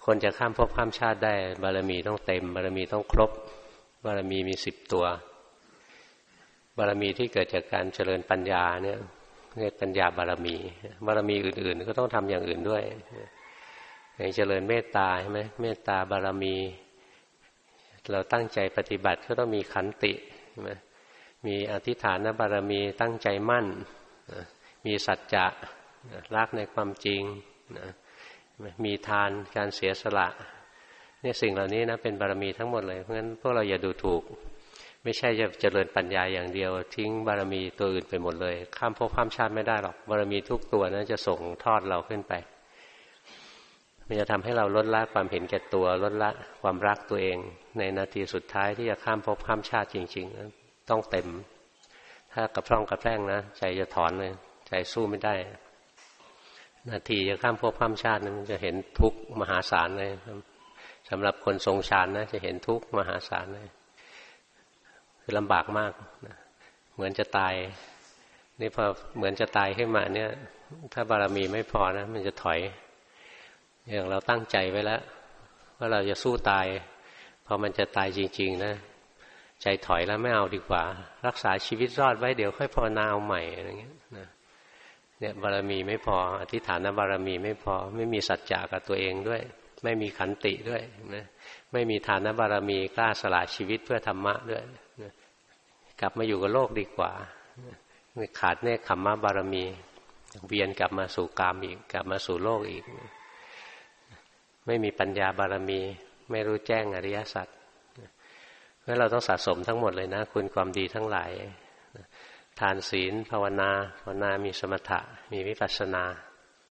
คนจะข้ามภพข้ามชาติได้บารมีต้องเต็มบารมีต้องครบบารมีมี10 ตัวบารมีที่เกิดจากการเจริญปัญญาเนี่ยเรียกปัญญาบารมีบารมีอื่นๆก็ต้องทำอย่างอื่นด้วยอย่างเจริญเมตตาใช่ไหมเมตตาบารมีเราตั้งใจปฏิบัติก็ต้องมีขันติใช่ไหมมีอธิษฐานบารมีตั้งใจมั่นมีสัจจะรักในความจริงมีทานการเสียสละเนี่ยสิ่งเหล่านี้นะเป็นบารมีทั้งหมดเลยเพราะฉะนั้นพวกเราอย่าดูถูกไม่ใช่จะเจริญปัญญาอย่างเดียวทิ้งบารมีตัวอื่นไปหมดเลยข้ามภพข้ามชาติไม่ได้หรอกบารมีทุกตัวนั้นจะส่งทอดเราขึ้นไปมันจะทำให้เราลดละความเห็นแก่ตัวลดละความรักตัวเองในนาทีสุดท้ายที่จะข้ามภพข้ามชาติจริงๆต้องเต็มถ้ากระพร่องกระแพร่งนะใจจะถอนเลยใจสู้ไม่ได้นาทีจะข้ามภพข้ามชาตินั้นมันจะเห็นทุกข์มหาศาลเลยสำหรับคนทรงฌานนะจะเห็นทุกข์มหาศาลเลยคือลำบากมากเหมือนจะตายนี่พอเหมือนจะตายขึ้นมาเนี่ยถ้าบารมีไม่พอนะมันจะถอยอย่างเราตั้งใจไว้แล้วว่าเราจะสู้ตายพอมันจะตายจริงๆนะใจถอยแล้วไม่เอาดีกว่ารักษาชีวิตรอดไว้เดี๋ยวค่อยภาวนาเอาใหม่อะไรเงี้ยนะเนี่ยบารมีไม่พออธิษฐานบารมีไม่พอไม่มีสัจจะกับตัวเองด้วยไม่มีขันติด้วยนะไม่มีทานบารมีกล้าสละชีวิตเพื่อธรรมะด้วยนะกลับมาอยู่กับโลกดีกว่าขาดเนคขมมะบารมีเวียนกลับมาสู่กามอีกกลับมาสู่โลกอีกไม่มีปัญญาบารมีไม่รู้แจ้งอริยสัจเพราะเราต้องสะสมทั้งหมดเลยนะคุณความดีทั้งหลายทานศีลภาวนามีสมถะมีวิปัสสนา